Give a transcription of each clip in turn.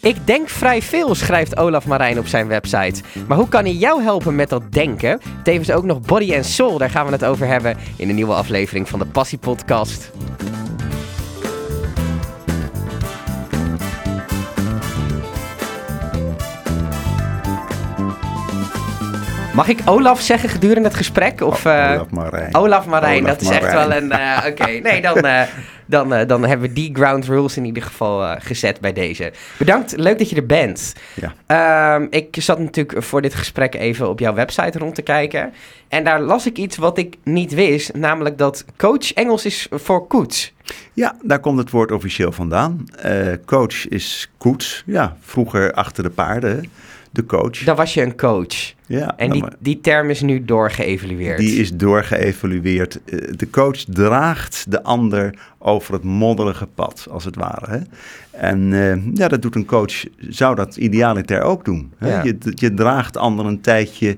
Ik denk vrij veel, schrijft Olaf Marijn op zijn website. Maar hoe kan hij jou helpen met dat denken? Tevens ook nog Body and Soul, daar gaan we het over hebben in een nieuwe aflevering van de Passie Podcast. Mag ik Olaf zeggen gedurende het gesprek? Of, Olaf Marijn. Olaf Marijn, dat is Marijn. echt wel een... Oké, nee, dan hebben we die ground rules in ieder geval gezet bij deze. Bedankt, leuk dat je er bent. Ja. Ik zat natuurlijk voor dit gesprek even op jouw website rond te kijken. En daar las ik iets wat ik niet wist, namelijk dat coach Engels is voor koets. Ja, daar komt het woord officieel vandaan. Coach is koets. Ja, vroeger achter de paarden, de coach. Dan was je een coach. Ja, en die term is nu doorgeëvalueerd. Die is doorgeëvalueerd. De coach draagt de ander over het modderige pad, als het ware. Hè? En dat doet een coach, zou dat idealiter ook doen. Hè? Ja. Je draagt anderen een tijdje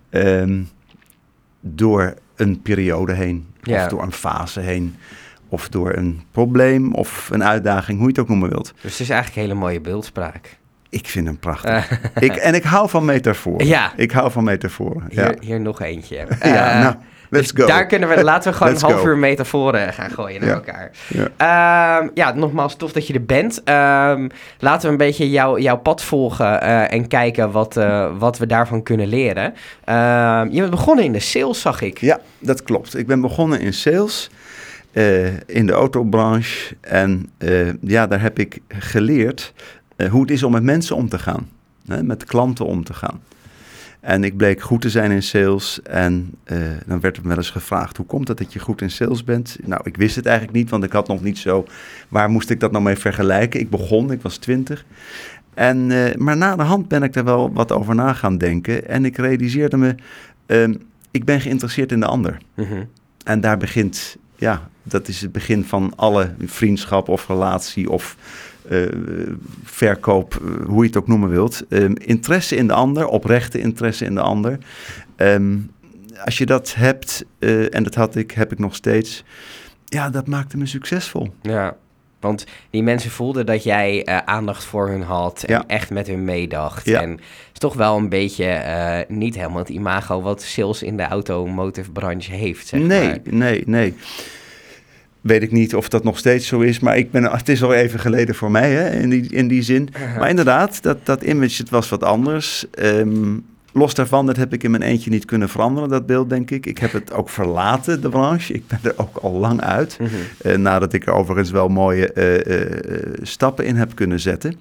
door een periode heen. Ja. Of door een fase heen. Of door een probleem of een uitdaging, hoe je het ook noemen wilt. Dus het is eigenlijk een hele mooie beeldspraak. Ik vind hem prachtig. Ik hou van metaforen. Ja. Ik hou van metaforen. Hier nog eentje. Let's dus go. Daar laten we gewoon Let's een half go. uur metaforen gaan gooien naar elkaar. Ja. Nogmaals, tof dat je er bent. Laten we een beetje jouw pad volgen en kijken wat we daarvan kunnen leren. Je bent begonnen in de sales, zag ik. Ja, dat klopt. Ik ben begonnen in sales, in de autobranche. En daar heb ik geleerd hoe het is om met mensen om te gaan. Met klanten om te gaan. En ik bleek goed te zijn in sales. En dan werd me wel eens gevraagd, hoe komt het dat je goed in sales bent? Nou, ik wist het eigenlijk niet, want ik had nog niet zo... Waar moest ik dat nou mee vergelijken? Ik was 20. Maar na de hand ben ik er wel wat over na gaan denken. En ik realiseerde me, ik ben geïnteresseerd in de ander. Mm-hmm. En daar begint, dat is het begin van alle vriendschap of relatie of... verkoop, hoe je het ook noemen wilt. Interesse in de ander, oprechte interesse in de ander. Als je dat hebt, en dat had ik, heb ik nog steeds... Ja, dat maakte me succesvol. Ja, want die mensen voelden dat jij aandacht voor hun had en echt met hun meedacht. Ja. En het is toch wel een beetje niet helemaal het imago wat sales in de automotive branche heeft, zeg maar. Nee. Weet ik niet of dat nog steeds zo is, maar het is al even geleden voor mij, hè, in die zin. Maar inderdaad, dat image, het was wat anders. Los daarvan, dat heb ik in mijn eentje niet kunnen veranderen, dat beeld, denk ik. Ik heb het ook verlaten, de branche. Ik ben er ook al lang uit. Mm-hmm. Nadat ik er overigens wel mooie stappen in heb kunnen zetten.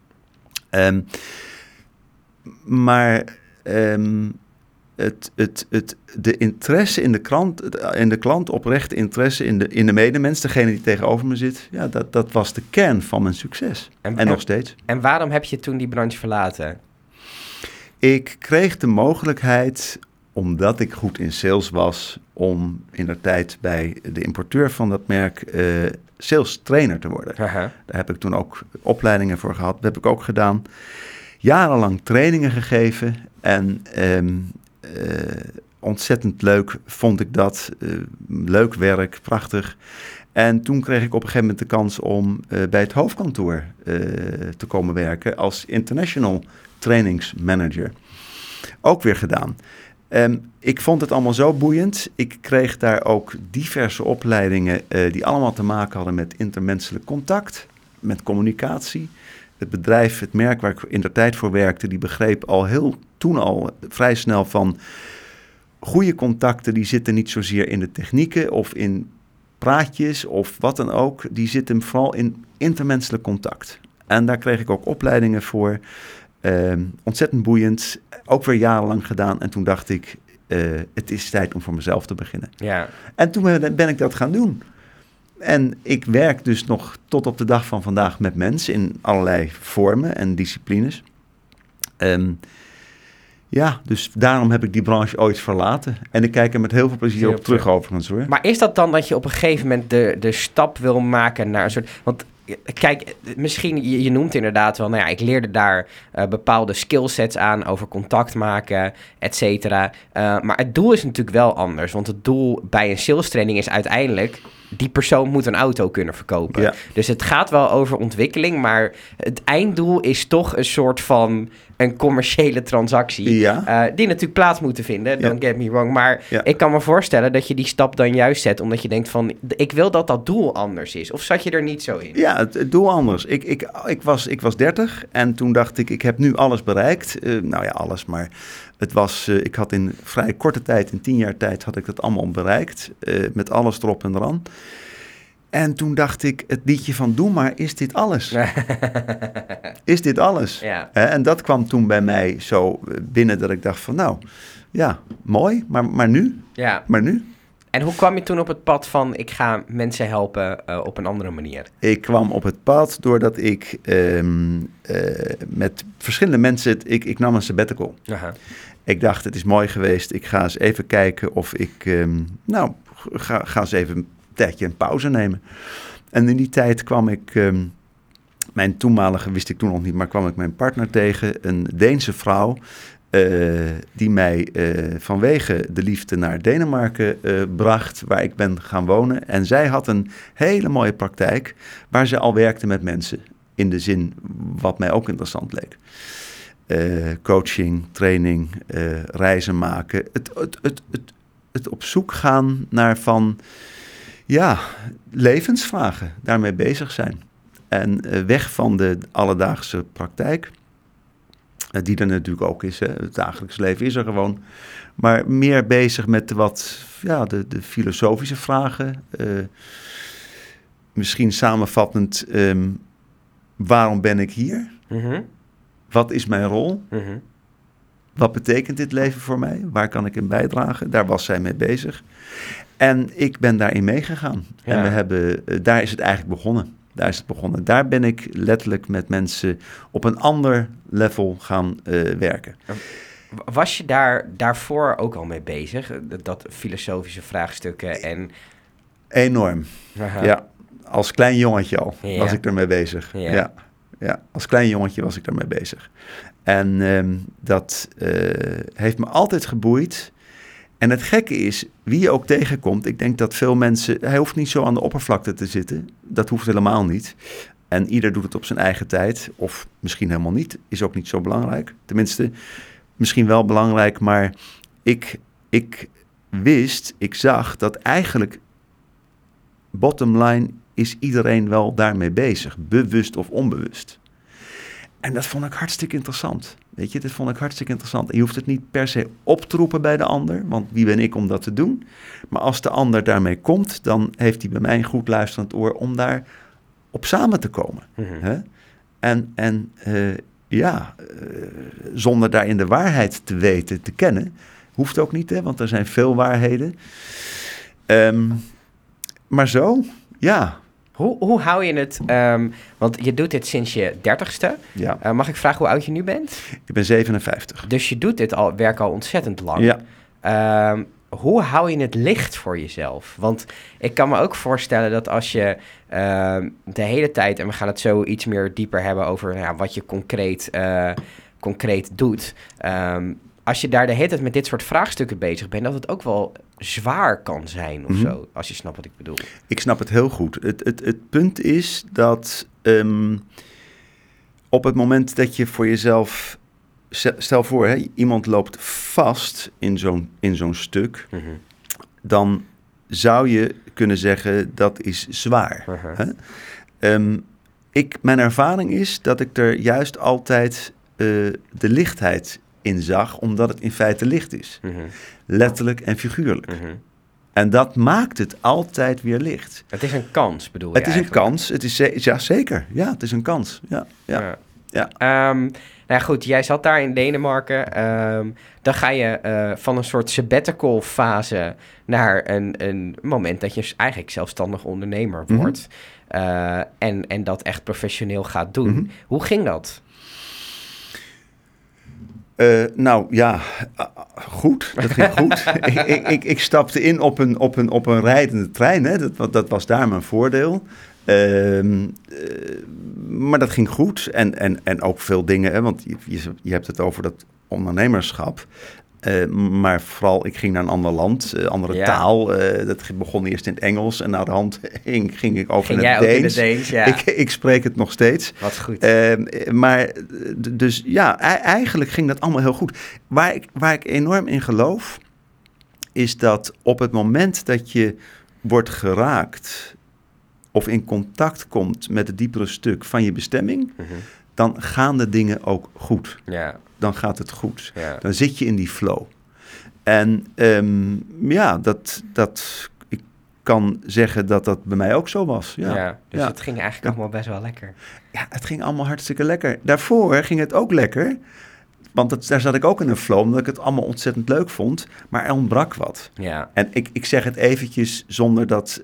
De interesse in de klant, oprechte interesse in de medemens, degene die tegenover me zit, dat was de kern van mijn succes. En nog steeds. En waarom heb je toen die branche verlaten? Ik kreeg de mogelijkheid, omdat ik goed in sales was, om indertijd bij de importeur van dat merk sales trainer te worden. Uh-huh. Daar heb ik toen ook opleidingen voor gehad. Dat heb ik ook gedaan. Jarenlang trainingen gegeven en ontzettend leuk vond ik dat. Leuk werk, prachtig. En toen kreeg ik op een gegeven moment de kans om bij het hoofdkantoor te komen werken als international trainingsmanager. Ook weer gedaan. Ik vond het allemaal zo boeiend. Ik kreeg daar ook diverse opleidingen die allemaal te maken hadden met intermenselijk contact, met communicatie. Het bedrijf, het merk waar ik in de tijd voor werkte, die begreep toen al vrij snel van goede contacten, die zitten niet zozeer in de technieken of in praatjes of wat dan ook. Die zitten vooral in intermenselijk contact. En daar kreeg ik ook opleidingen voor. Ontzettend boeiend. Ook weer jarenlang gedaan. En toen dacht ik, het is tijd om voor mezelf te beginnen. Ja. En toen ben ik dat gaan doen. En ik werk dus nog tot op de dag van vandaag met mensen in allerlei vormen en disciplines. Dus daarom heb ik die branche ooit verlaten. En ik kijk er met heel veel plezier op terug overigens, hoor. Maar is dat dan dat je op een gegeven moment de stap wil maken naar een soort... Want kijk, misschien, je noemt inderdaad wel... ik leerde daar bepaalde skillsets aan over contact maken, et cetera. Maar het doel is natuurlijk wel anders. Want het doel bij een sales training is uiteindelijk die persoon moet een auto kunnen verkopen. Ja. Dus het gaat wel over ontwikkeling, maar het einddoel is toch een soort van een commerciële transactie. Ja. Die natuurlijk plaats moeten vinden, don't get me wrong. Maar Ja. ik kan me voorstellen dat je die stap dan juist zet, omdat je denkt van, ik wil dat dat doel anders is. Of zat je er niet zo in? Ja, het doel anders. Ik was 30 en toen dacht ik heb nu alles bereikt. Nou ja, alles, maar het was, ik had in vrij korte tijd, in 10 jaar tijd, had ik dat allemaal bereikt. Met alles erop en eraan. En toen dacht ik, het liedje van doe maar, is dit alles? Is dit alles? Ja. En dat kwam toen bij mij zo binnen dat ik dacht van nou, ja, mooi, maar nu? Ja. Maar nu? En hoe kwam je toen op het pad van, ik ga mensen helpen op een andere manier? Ik kwam op het pad doordat ik met verschillende mensen, ik nam een sabbatical. Aha. Ik dacht, het is mooi geweest, ik ga eens even kijken of ik, ga eens even een tijdje een pauze nemen. En in die tijd kwam ik, mijn toenmalige, wist ik toen nog niet, maar kwam ik mijn partner tegen, een Deense vrouw, die mij vanwege de liefde naar Denemarken bracht, waar ik ben gaan wonen. En zij had een hele mooie praktijk, waar ze al werkte met mensen, in de zin wat mij ook interessant leek. Coaching, training, reizen maken. Het op zoek gaan naar van, ja, levensvragen, daarmee bezig zijn. En weg van de alledaagse praktijk, die er natuurlijk ook is, hè. Het dagelijks leven is er gewoon. Maar meer bezig met de filosofische vragen. Misschien samenvattend, waarom ben ik hier? Mm-hmm. Wat is mijn rol? Mm-hmm. Wat betekent dit leven voor mij? Waar kan ik in bijdragen? Daar was zij mee bezig. En ik ben daarin meegegaan. Ja. En daar is het eigenlijk begonnen. Daar ben ik letterlijk met mensen op een ander level gaan werken. Was je daarvoor ook al mee bezig? Dat filosofische vraagstukken en... Enorm. Aha. Ja, als klein jongetje al was ik ermee bezig. Ja. Ja, als klein jongetje was ik daarmee bezig. En dat heeft me altijd geboeid. En het gekke is, wie je ook tegenkomt, ik denk dat veel mensen, hij hoeft niet zo aan de oppervlakte te zitten. Dat hoeft helemaal niet. En ieder doet het op zijn eigen tijd, of misschien helemaal niet, is ook niet zo belangrijk. Tenminste, misschien wel belangrijk, maar ik zag dat eigenlijk, bottom line, is iedereen wel daarmee bezig, bewust of onbewust. En dat vond ik hartstikke interessant. Weet je, dat vond ik hartstikke interessant. En je hoeft het niet per se op te roepen bij de ander, want wie ben ik om dat te doen? Maar als de ander daarmee komt, dan heeft hij bij mij een goed luisterend oor om daar op samen te komen. Mm-hmm. Hè? En zonder daarin de waarheid te weten, te kennen, hoeft ook niet, hè, want er zijn veel waarheden. Maar zo, ja. Hoe hou je het... want je doet dit sinds je 30ste. Ja. Mag ik vragen hoe oud je nu bent? Ik ben 57. Dus je doet dit werk al ontzettend lang. Ja. Hoe hou je het licht voor jezelf? Want ik kan me ook voorstellen dat als je de hele tijd... en we gaan het zo iets meer dieper hebben over wat je concreet doet... als je daar de hele tijd met dit soort vraagstukken bezig bent... dat het ook wel zwaar kan zijn of zo, als je snapt wat ik bedoel. Ik snap het heel goed. Het punt is dat op het moment dat je voor jezelf... Stel voor, hè, iemand loopt vast in zo'n stuk... Mm-hmm. Dan zou je kunnen zeggen, dat is zwaar. Uh-huh. Hè? Mijn ervaring is dat ik er juist altijd de lichtheid in zag... omdat het in feite licht is. Mm-hmm. Letterlijk en figuurlijk. Mm-hmm. En dat maakt het altijd weer licht. Het is een kans, bedoel je Het is eigenlijk? een kans. Het is zeker. Ja, het is een kans. Ja. Nou goed, jij zat daar in Denemarken. Dan ga je van een soort sabbatical fase naar een moment dat je eigenlijk zelfstandig ondernemer wordt. En dat echt professioneel gaat doen. Mm-hmm. Hoe ging dat? Goed. Dat ging goed. ik stapte in op een rijdende trein. Hè. Dat was daar mijn voordeel. Maar dat ging goed. En ook veel dingen, hè, want je hebt het over dat ondernemerschap. Maar vooral, ik ging naar een ander land, andere taal. Dat begon eerst in het Engels en naar de hand ging ik over in het Deens. In het Deens, ja. Ik spreek het nog steeds. Wat goed. Maar dus ja, eigenlijk ging dat allemaal heel goed. Waar ik enorm in geloof, is dat op het moment dat je wordt geraakt of in contact komt met het diepere stuk van je bestemming, dan gaan de dingen ook goed. Ja. Dan gaat het goed. Ja. Dan zit je in die flow. En ik kan zeggen dat dat bij mij ook zo was. Ja. Dus het ging eigenlijk allemaal best wel lekker. Ja, het ging allemaal hartstikke lekker. Daarvoor ging het ook lekker. Want daar zat ik ook in een flow, omdat ik het allemaal ontzettend leuk vond. Maar er ontbrak wat. Ja. En ik zeg het eventjes zonder dat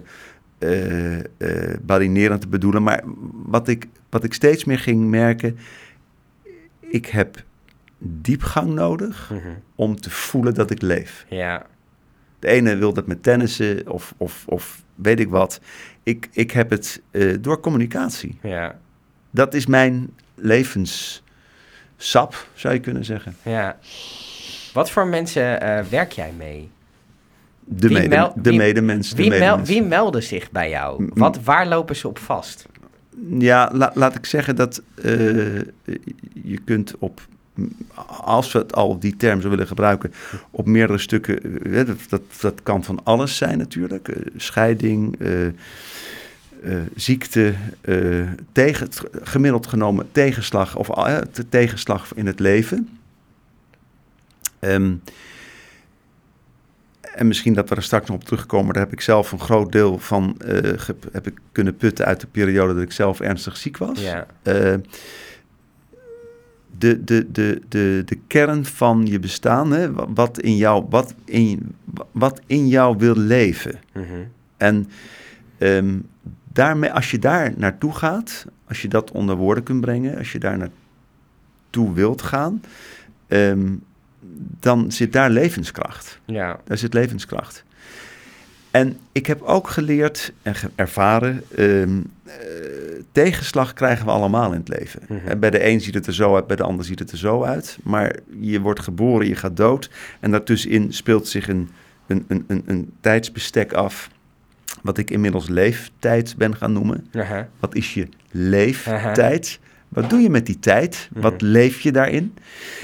barinerend te bedoelen. Maar wat ik steeds meer ging merken, ik heb diepgang nodig om te voelen dat ik leef. Ja. De ene wil dat met tennissen of weet ik wat. Ik heb het door communicatie. Ja. Dat is mijn levenssap, zou je kunnen zeggen. Ja. Wat voor mensen werk jij mee? De medemens. Wie melden zich bij jou? Waar lopen ze op vast? Ja, laat ik zeggen dat je kunt als we het al die term zo willen gebruiken, op meerdere stukken, dat kan van alles zijn natuurlijk. Scheiding, ziekte, gemiddeld genomen tegenslag of tegenslag in het leven. En misschien dat we er straks nog op terugkomen. Daar heb ik zelf een groot deel van heb ik kunnen putten uit de periode dat ik zelf ernstig ziek was. Ja. De kern van je bestaan, hè, wat in jou wil leven. En daarmee, als je daar naartoe gaat, als je dat onder woorden kunt brengen, als je daar naartoe wilt gaan, dan zit daar levenskracht. Ja. Daar zit levenskracht. En ik heb ook geleerd en ervaren, tegenslag krijgen we allemaal in het leven. En bij de een ziet het er zo uit, bij de ander ziet het er zo uit. Maar je wordt geboren, je gaat dood. En daartussenin speelt zich een tijdsbestek af, wat ik inmiddels leeftijd ben gaan noemen. Wat is je leeftijd? Wat doe je met die tijd? Wat leef je daarin?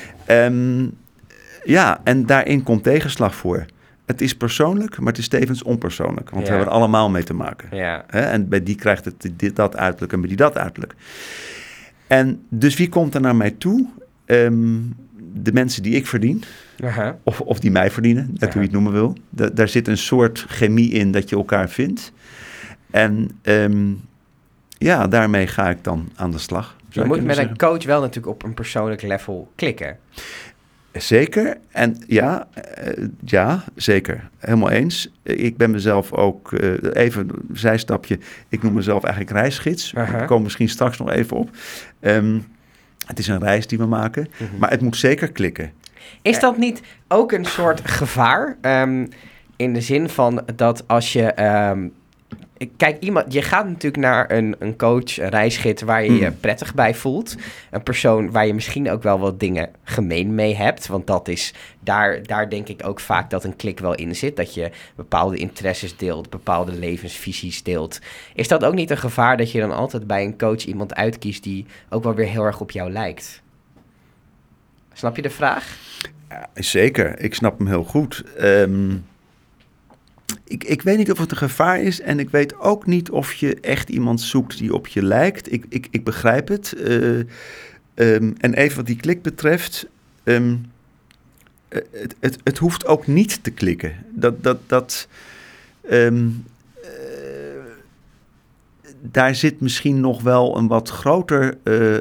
En daarin komt tegenslag voor. Het is persoonlijk, maar het is tevens onpersoonlijk. Want we hebben er allemaal mee te maken. Ja. En bij die krijgt het dat uiterlijk en bij die dat uiterlijk. En dus wie komt er naar mij toe? De mensen die ik verdien. Of die mij verdienen, net hoe je het noemen wil. Daar zit een soort chemie in dat je elkaar vindt. En daarmee ga ik dan aan de slag. Je moet met een coach wel natuurlijk op een persoonlijk level klikken. Zeker. En ja, zeker. Helemaal eens. Ik ben mezelf ook, even een zijstapje, ik noem mezelf eigenlijk reisgids. We komen misschien straks nog even op. Het is een reis die we maken, maar het moet zeker klikken. Is dat niet ook een soort gevaar? In de zin van dat als je... Kijk, je gaat natuurlijk naar een coach, een reisgids waar je je prettig bij voelt. Een persoon waar je misschien ook wel wat dingen gemeen mee hebt. Want dat is, daar denk ik ook vaak dat een klik wel in zit. Dat je bepaalde interesses deelt, bepaalde levensvisies deelt. Is dat ook niet een gevaar dat je dan altijd bij een coach iemand uitkiest die ook wel weer heel erg op jou lijkt? Snap je de vraag? Ja, zeker, ik snap hem heel goed. Ik weet niet of het een gevaar is en ik weet ook niet of je echt iemand zoekt die op je lijkt. Ik begrijp het. En even wat die klik betreft, het hoeft ook niet te klikken. Daar zit misschien nog wel een wat groter,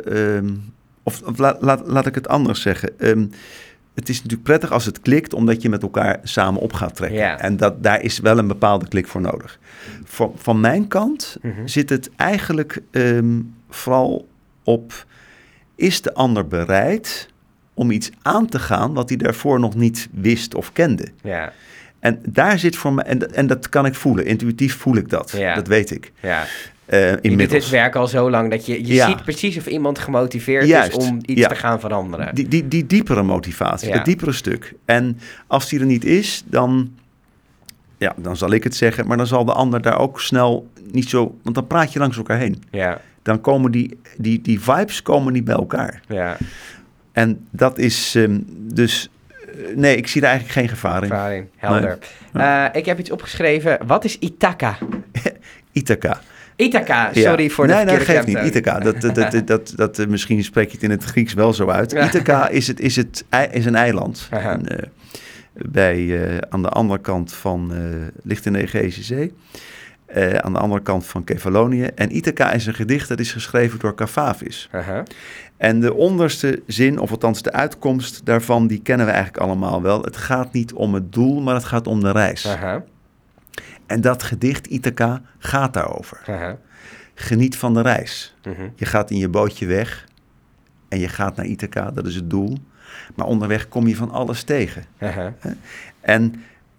laat ik het anders zeggen. Het is natuurlijk prettig als het klikt, omdat je met elkaar samen op gaat trekken. Ja. En daar is wel een bepaalde klik voor nodig. Van mijn kant zit het eigenlijk vooral op, is de ander bereid om iets aan te gaan wat hij daarvoor nog niet wist of kende? Ja. En daar zit voor mij, en dat kan ik voelen, intuïtief voel ik dat, dat weet ik. Ja. inmiddels. Je doet dit werk al zo lang dat je ziet precies of iemand gemotiveerd is om iets te gaan veranderen. Die diepere motivatie, dat diepere stuk. En als die er niet is, dan zal ik het zeggen, maar dan zal de ander daar ook snel niet zo... Want dan praat je langs elkaar heen. Ja. Dan komen die vibes komen niet bij elkaar. Ja. En dat is dus... Nee, ik zie er eigenlijk geen gevaar in. Helder. Nee. Ik heb iets opgeschreven. Wat is Ithaka? Ithaka, sorry voor de verkeerde Nee, geeft niet. Ithaka, misschien spreek je het in het Grieks wel zo uit. Ithaka is een eiland. Aan de andere kant van... ligt in de Egeïsche Zee. Aan de andere kant van Kefalonië. En Ithaka is een gedicht dat is geschreven door Cavafis. En de onderste zin, of althans de uitkomst daarvan, die kennen we eigenlijk allemaal wel. Het gaat niet om het doel, maar het gaat om de reis. En dat gedicht, Ithaka, gaat daarover. Geniet van de reis. Je gaat in je bootje weg en je gaat naar Ithaka, dat is het doel. Maar onderweg kom je van alles tegen. En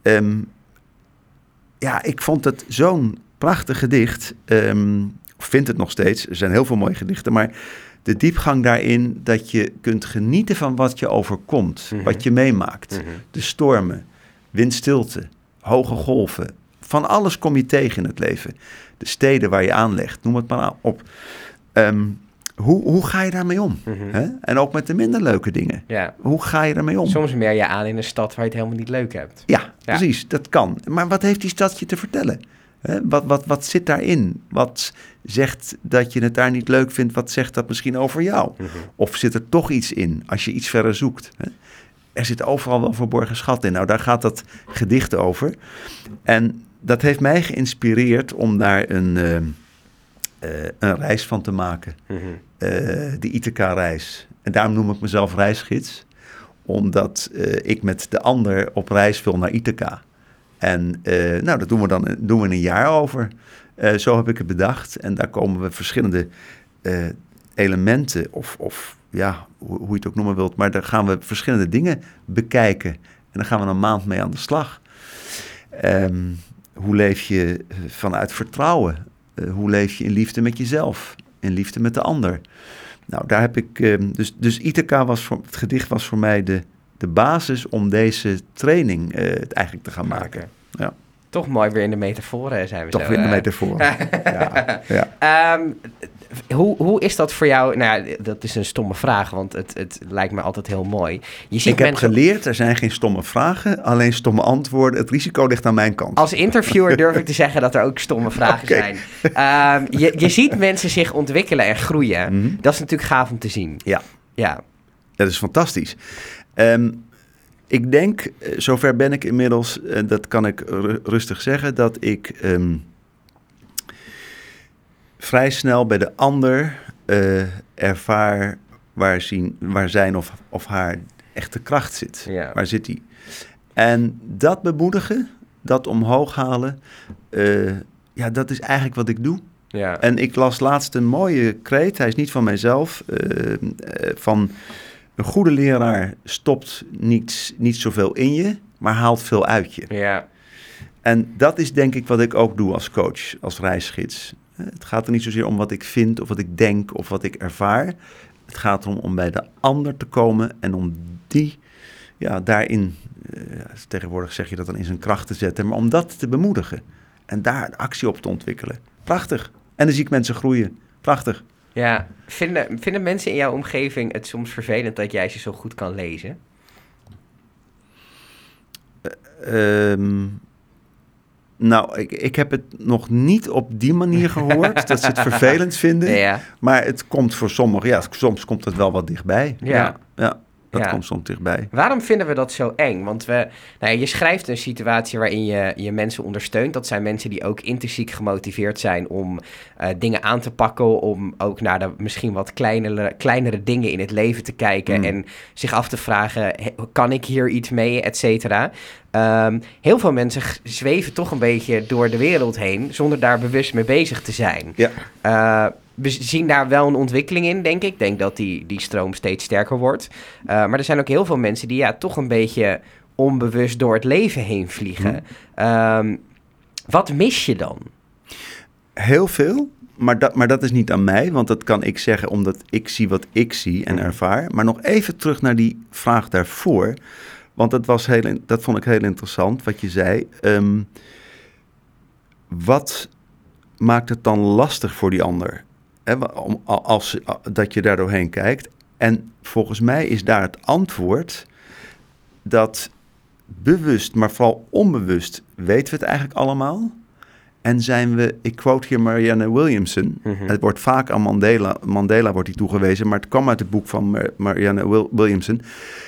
ik vond het zo'n prachtig gedicht. Vind het nog steeds. Er zijn heel veel mooie gedichten, maar de diepgang daarin dat je kunt genieten van wat je overkomt, wat je meemaakt. De stormen, windstilte, hoge golven. Van alles kom je tegen in het leven. De steden waar je aanlegt, noem het maar op. Hoe ga je daarmee om? En ook met de minder leuke dingen. Ja. Hoe ga je daarmee om? Soms mer je aan in een stad waar je het helemaal niet leuk hebt. Ja, precies. Dat kan. Maar wat heeft die stad je te vertellen? Wat zit daarin? Wat zegt dat je het daar niet leuk vindt? Wat zegt dat misschien over jou? Of zit er toch iets in als je iets verder zoekt? Er zit overal wel verborgen schat in. Nou, daar gaat dat gedicht over. En dat heeft mij geïnspireerd om daar een reis van te maken. De Ithaka-reis. En daarom noem ik mezelf reisgids. Omdat ik met de ander op reis wil naar Ithaka. En dat doen we een jaar over. Zo heb ik het bedacht. En daar komen we verschillende elementen of hoe je het ook noemen wilt. Maar daar gaan we verschillende dingen bekijken. En dan gaan we een maand mee aan de slag. Hoe leef je vanuit vertrouwen? Hoe leef je in liefde met jezelf? In liefde met de ander? Nou, daar heb ik... Dus Ithaka het gedicht was voor mij de basis om deze training eigenlijk te gaan maken. Ja. Toch mooi weer in de metaforen zijn we Toch weer in de metaforen. ja. Hoe is dat voor jou? Nou ja, dat is een stomme vraag, want het lijkt me altijd heel mooi. Ik heb geleerd, er zijn geen stomme vragen, alleen stomme antwoorden. Het risico ligt aan mijn kant. Als interviewer durf ik te zeggen dat er ook stomme vragen zijn. Je ziet mensen zich ontwikkelen en groeien. Dat is natuurlijk gaaf om te zien. Ja. Dat is fantastisch. Ik denk, zover ben ik inmiddels, dat kan ik rustig zeggen, dat ik vrij snel bij de ander ervaar waar zijn of haar echte kracht zit. Ja. Waar zit die? En dat bemoedigen, dat omhoog halen, dat is eigenlijk wat ik doe. Ja. En ik las laatst een mooie kreet, hij is niet van mijzelf, van... Een goede leraar stopt niet zoveel in je, maar haalt veel uit je. Ja. En dat is denk ik wat ik ook doe als coach, als reisgids. Het gaat er niet zozeer om wat ik vind of wat ik denk of wat ik ervaar. Het gaat erom om bij de ander te komen en om die daarin, tegenwoordig zeg je dat dan in zijn kracht te zetten, maar om dat te bemoedigen en daar actie op te ontwikkelen. Prachtig. En dan zie ik mensen groeien. Prachtig. Ja, vinden mensen in jouw omgeving het soms vervelend dat jij ze zo goed kan lezen? Ik heb het nog niet op die manier gehoord, dat ze het vervelend vinden. Ja. Maar het komt voor sommigen, soms komt het wel wat dichtbij. Ja. Dat komt soms dichtbij. Waarom vinden we dat zo eng? Want je schrijft een situatie waarin je mensen ondersteunt. Dat zijn mensen die ook intrinsiek gemotiveerd zijn om dingen aan te pakken. Om ook naar de misschien wat kleinere dingen in het leven te kijken. En zich af te vragen, kan ik hier iets mee, et cetera. Heel veel mensen zweven toch een beetje door de wereld heen zonder daar bewust mee bezig te zijn. Ja. We zien daar wel een ontwikkeling in, denk ik. Ik denk dat die stroom steeds sterker wordt. Maar er zijn ook heel veel mensen die toch een beetje onbewust door het leven heen vliegen. Wat mis je dan? Heel veel. Maar dat is niet aan mij, want dat kan ik zeggen omdat ik zie wat ik zie en ervaar. Maar nog even terug naar die vraag daarvoor. Want dat vond ik heel interessant wat je zei. Wat maakt het dan lastig voor die ander? Dat je daar doorheen kijkt. En volgens mij is daar het antwoord dat bewust, maar vooral onbewust, weten we het eigenlijk allemaal. En zijn we, ik quote hier Marianne Williamson. Het wordt vaak aan Mandela wordt die toegewezen, maar het kwam uit het boek van Marianne Williamson.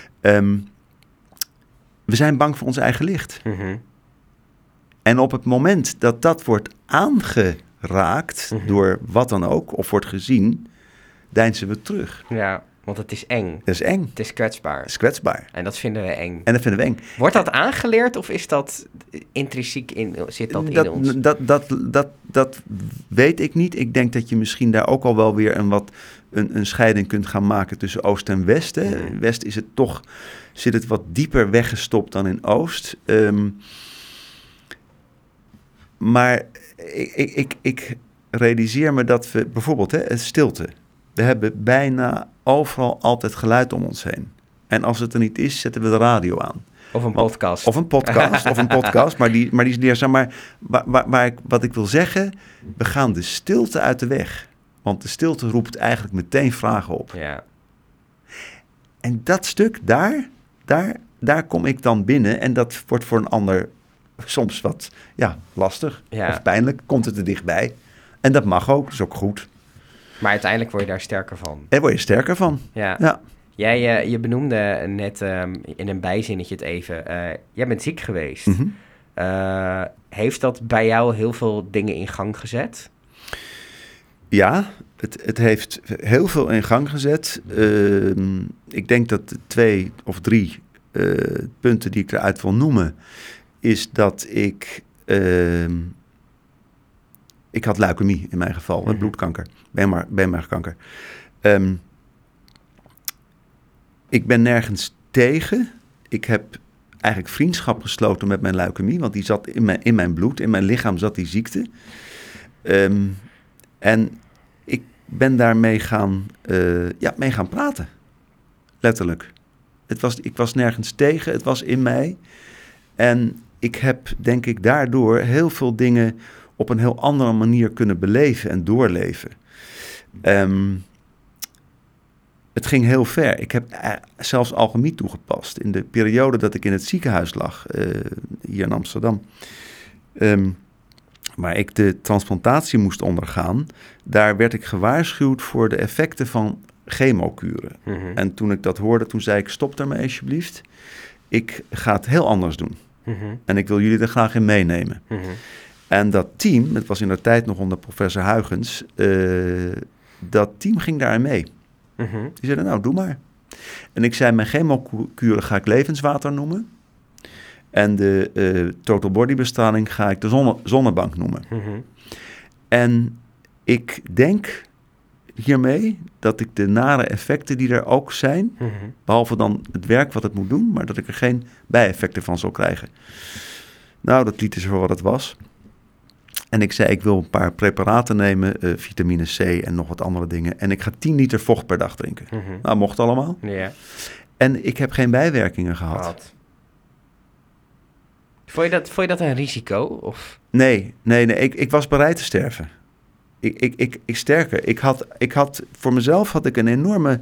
We zijn bang voor ons eigen licht. En op het moment dat dat wordt aangeraakt door wat dan ook, of wordt gezien, deinzen we terug. Ja, want het is eng. Dat is eng. Het is kwetsbaar. Het is kwetsbaar. En dat vinden we eng. En dat vinden we eng. Wordt dat aangeleerd of is dat intrinsiek zit dat in ons? Dat weet ik niet. Ik denk dat je misschien daar ook al wel weer een scheiding kunt gaan maken tussen Oost en West. Hè. In West zit het wat dieper weggestopt dan in Oost. Maar ik realiseer me dat we bijvoorbeeld stilte. We hebben bijna overal altijd geluid om ons heen. En als het er niet is, zetten we de radio aan. Of een podcast. Of een podcast, maar die is leerzaam. Maar wat ik wil zeggen, we gaan de stilte uit de weg. Want de stilte roept eigenlijk meteen vragen op. Ja. En dat stuk, daar kom ik dan binnen. En dat wordt voor een ander soms wat lastig of pijnlijk. Komt het er dichtbij. En dat mag ook, dat is ook goed. Maar uiteindelijk word je daar sterker van. Daar word je sterker van. Ja. Jij je benoemde net in een bijzinnetje het even. Jij bent ziek geweest. Heeft dat bij jou heel veel dingen in gang gezet? Ja, het heeft heel veel in gang gezet. Ik denk dat de 2 of 3 punten die ik eruit wil noemen, is dat ik had leukemie in mijn geval, bloedkanker, beenmergkanker. Ik ben nergens tegen. Ik heb eigenlijk vriendschap gesloten met mijn leukemie, want die zat in mijn bloed, in mijn lichaam zat die ziekte. En ik ben daarmee mee gaan praten. Letterlijk. Ik was nergens tegen, het was in mij. En ik heb, denk ik, daardoor heel veel dingen op een heel andere manier kunnen beleven en doorleven. Het ging heel ver. Ik heb zelfs alchemie toegepast. In de periode dat ik in het ziekenhuis lag, hier in Amsterdam, waar ik de transplantatie moest ondergaan, daar werd ik gewaarschuwd voor de effecten van chemokuren. En toen ik dat hoorde, toen zei ik, stop daarmee alsjeblieft. Ik ga het heel anders doen. En ik wil jullie er graag in meenemen. En dat team, het was in de tijd nog onder professor Huygens, dat team ging daarin mee. Die zeiden, nou, doe maar. En ik zei, mijn chemokuren ga ik levenswater noemen. En de total body bestraling ga ik de zonnebank noemen. En ik denk hiermee dat ik de nare effecten die er ook zijn, behalve dan het werk wat het moet doen, maar dat ik er geen bijeffecten van zal krijgen. Nou, dat liet ze voor wat het was. En ik zei, ik wil een paar preparaten nemen, vitamine C en nog wat andere dingen. En ik ga 10 liter vocht per dag drinken. Nou, mocht allemaal. Ja. En ik heb geen bijwerkingen gehad. Vond je dat een risico? Of? Nee. Ik was bereid te sterven. Sterker. Voor mezelf had ik een enorme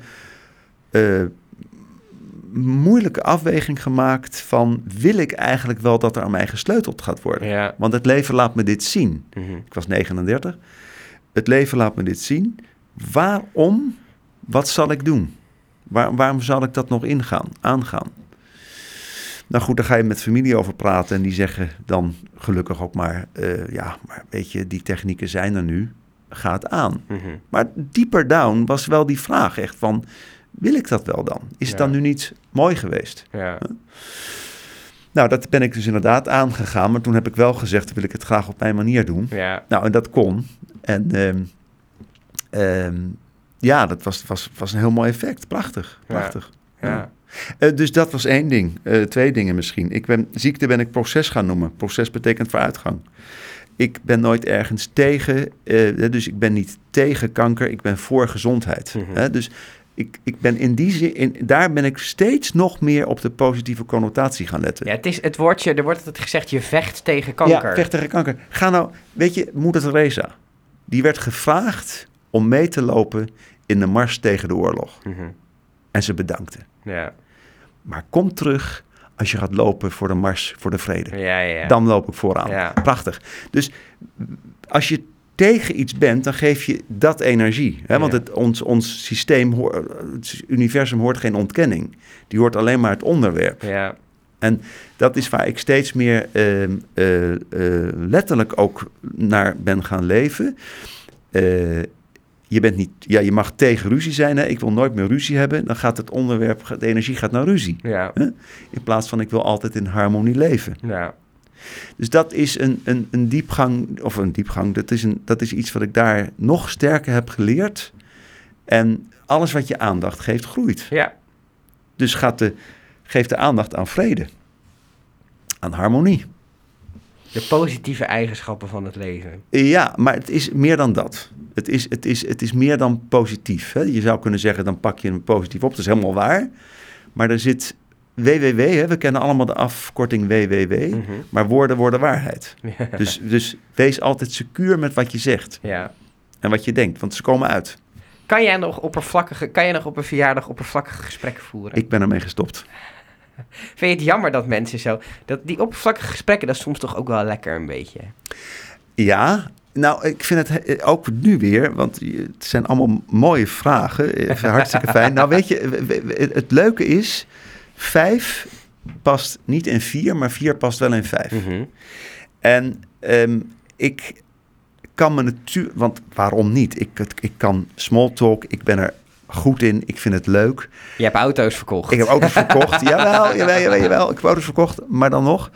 moeilijke afweging gemaakt van, wil ik eigenlijk wel dat er aan mij gesleuteld gaat worden? Ja. Want het leven laat me dit zien. Ik was 39. Het leven laat me dit zien. Waarom? Wat zal ik doen? Waarom zal ik dat nog aangaan? Nou goed, daar ga je met familie over praten en die zeggen dan gelukkig ook maar, maar weet je, die technieken zijn er nu, ga het aan. Maar dieper down was wel die vraag echt van, wil ik dat wel dan? Is het dan nu niet mooi geweest? Ja. Nou, dat ben ik dus inderdaad aangegaan, maar toen heb ik wel gezegd, wil ik het graag op mijn manier doen. Ja. Nou, en dat kon. En dat was een heel mooi effect. Prachtig. Ja. Dus dat was 1 ding. 2 dingen misschien. Ziekte ben ik proces gaan noemen. Proces betekent vooruitgang. ik ben nooit ergens tegen. Dus ik ben niet tegen kanker. Ik ben voor gezondheid. Mhm. Dus ik ben in die zin... daar ben ik steeds nog meer op de positieve connotatie gaan letten. Ja, het is het woordje, er wordt altijd gezegd, je vecht tegen kanker. Ja, vecht tegen kanker. Ga nou... Weet je, moeder Teresa, die werd gevraagd om mee te lopen in de mars tegen de oorlog. Mhm. En ze bedankte. Ja. Maar kom terug als je gaat lopen voor de mars voor de vrede. Ja. Dan loop ik vooraan. Ja. Prachtig. Dus als je tegen iets bent, dan geef je dat energie. Hè? Want Ja. ons systeem, het universum hoort geen ontkenning. Die hoort alleen maar het onderwerp. Ja. En dat is waar ik steeds meer letterlijk ook naar ben gaan leven. Je mag tegen ruzie zijn. Hè? Ik wil nooit meer ruzie hebben. Dan gaat het onderwerp, de energie gaat naar ruzie. Ja. Hè? In plaats van ik wil altijd in harmonie leven. Ja. Dus dat is een diepgang, of een diepgang, dat is iets wat ik daar nog sterker heb geleerd. En alles wat je aandacht geeft, groeit. Ja. Dus geef de aandacht aan vrede, aan harmonie. De positieve eigenschappen van het leven. Ja, maar het is meer dan dat. Het is meer dan positief. Hè? Je zou kunnen zeggen, dan pak je hem positief op. Dat is helemaal waar. Maar er zit www, hè? We kennen allemaal de afkorting www. Mhm. Maar woorden worden waarheid. Ja. Dus wees altijd secuur met wat je zegt Ja. en wat je denkt, want ze komen uit. Kan jij nog op een verjaardag oppervlakkige gesprekken voeren? Ik ben ermee gestopt. Vind je het jammer dat mensen zo... Dat die oppervlakkige gesprekken, dat is soms toch ook wel lekker een beetje. Ja, nou, ik vind het ook nu weer, want het zijn allemaal mooie vragen. Hartstikke fijn. Nou, weet je, het leuke is, 5 past niet in 4, maar 4 past wel in 5. Mhm. En ik kan me natuurlijk, want waarom niet? Ik kan small talk, ik ben er goed in, ik vind het leuk. Je hebt auto's verkocht. Ik heb auto's verkocht, jawel. Ik heb auto's verkocht, maar dan nog.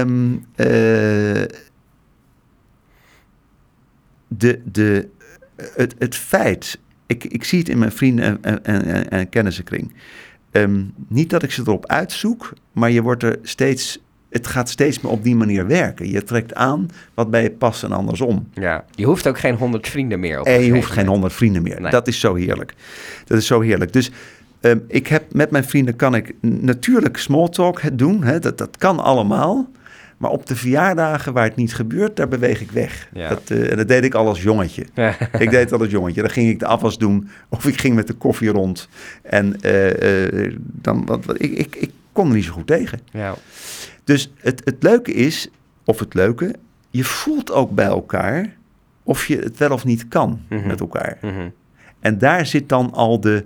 Het feit, ik zie het in mijn vrienden en kennissenkring. Niet dat ik ze erop uitzoek, maar het gaat steeds meer op die manier werken. Je trekt aan wat bij je past en andersom. Ja. Je hoeft ook geen 100 vrienden meer op een En je gegeven hoeft geen moment. 100 vrienden meer. Nee. Dat is zo heerlijk. Dus met mijn vrienden kan ik natuurlijk small talk doen. Hè? Dat kan allemaal. Maar op de verjaardagen waar het niet gebeurt, daar beweeg ik weg. Ja. En dat deed ik al als jongetje. Ik deed het al als jongetje. Dan ging ik de afwas doen of ik ging met de koffie rond. En ik kon er niet zo goed tegen. Ja. Dus het leuke is, je voelt ook bij elkaar of je het wel of niet kan met elkaar. Mhm. En daar zit dan al de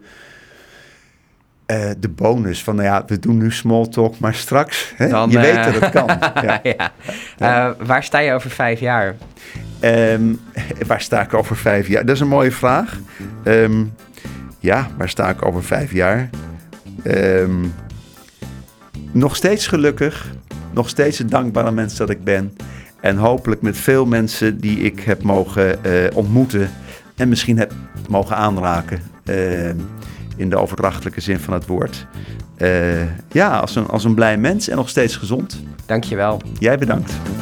bonus van, nou ja, we doen nu small talk, maar straks, hè, Dan, je weet dat het kan. Ja. Waar sta je over 5 jaar? Waar sta ik over 5 jaar? Dat is een mooie vraag. Waar sta ik over 5 jaar? Nog steeds gelukkig, nog steeds een dankbare mens dat ik ben. En hopelijk met veel mensen die ik heb mogen ontmoeten en misschien heb mogen aanraken in de overdrachtelijke zin van het woord. Als een blij mens en nog steeds gezond. Dank je wel. Jij bedankt.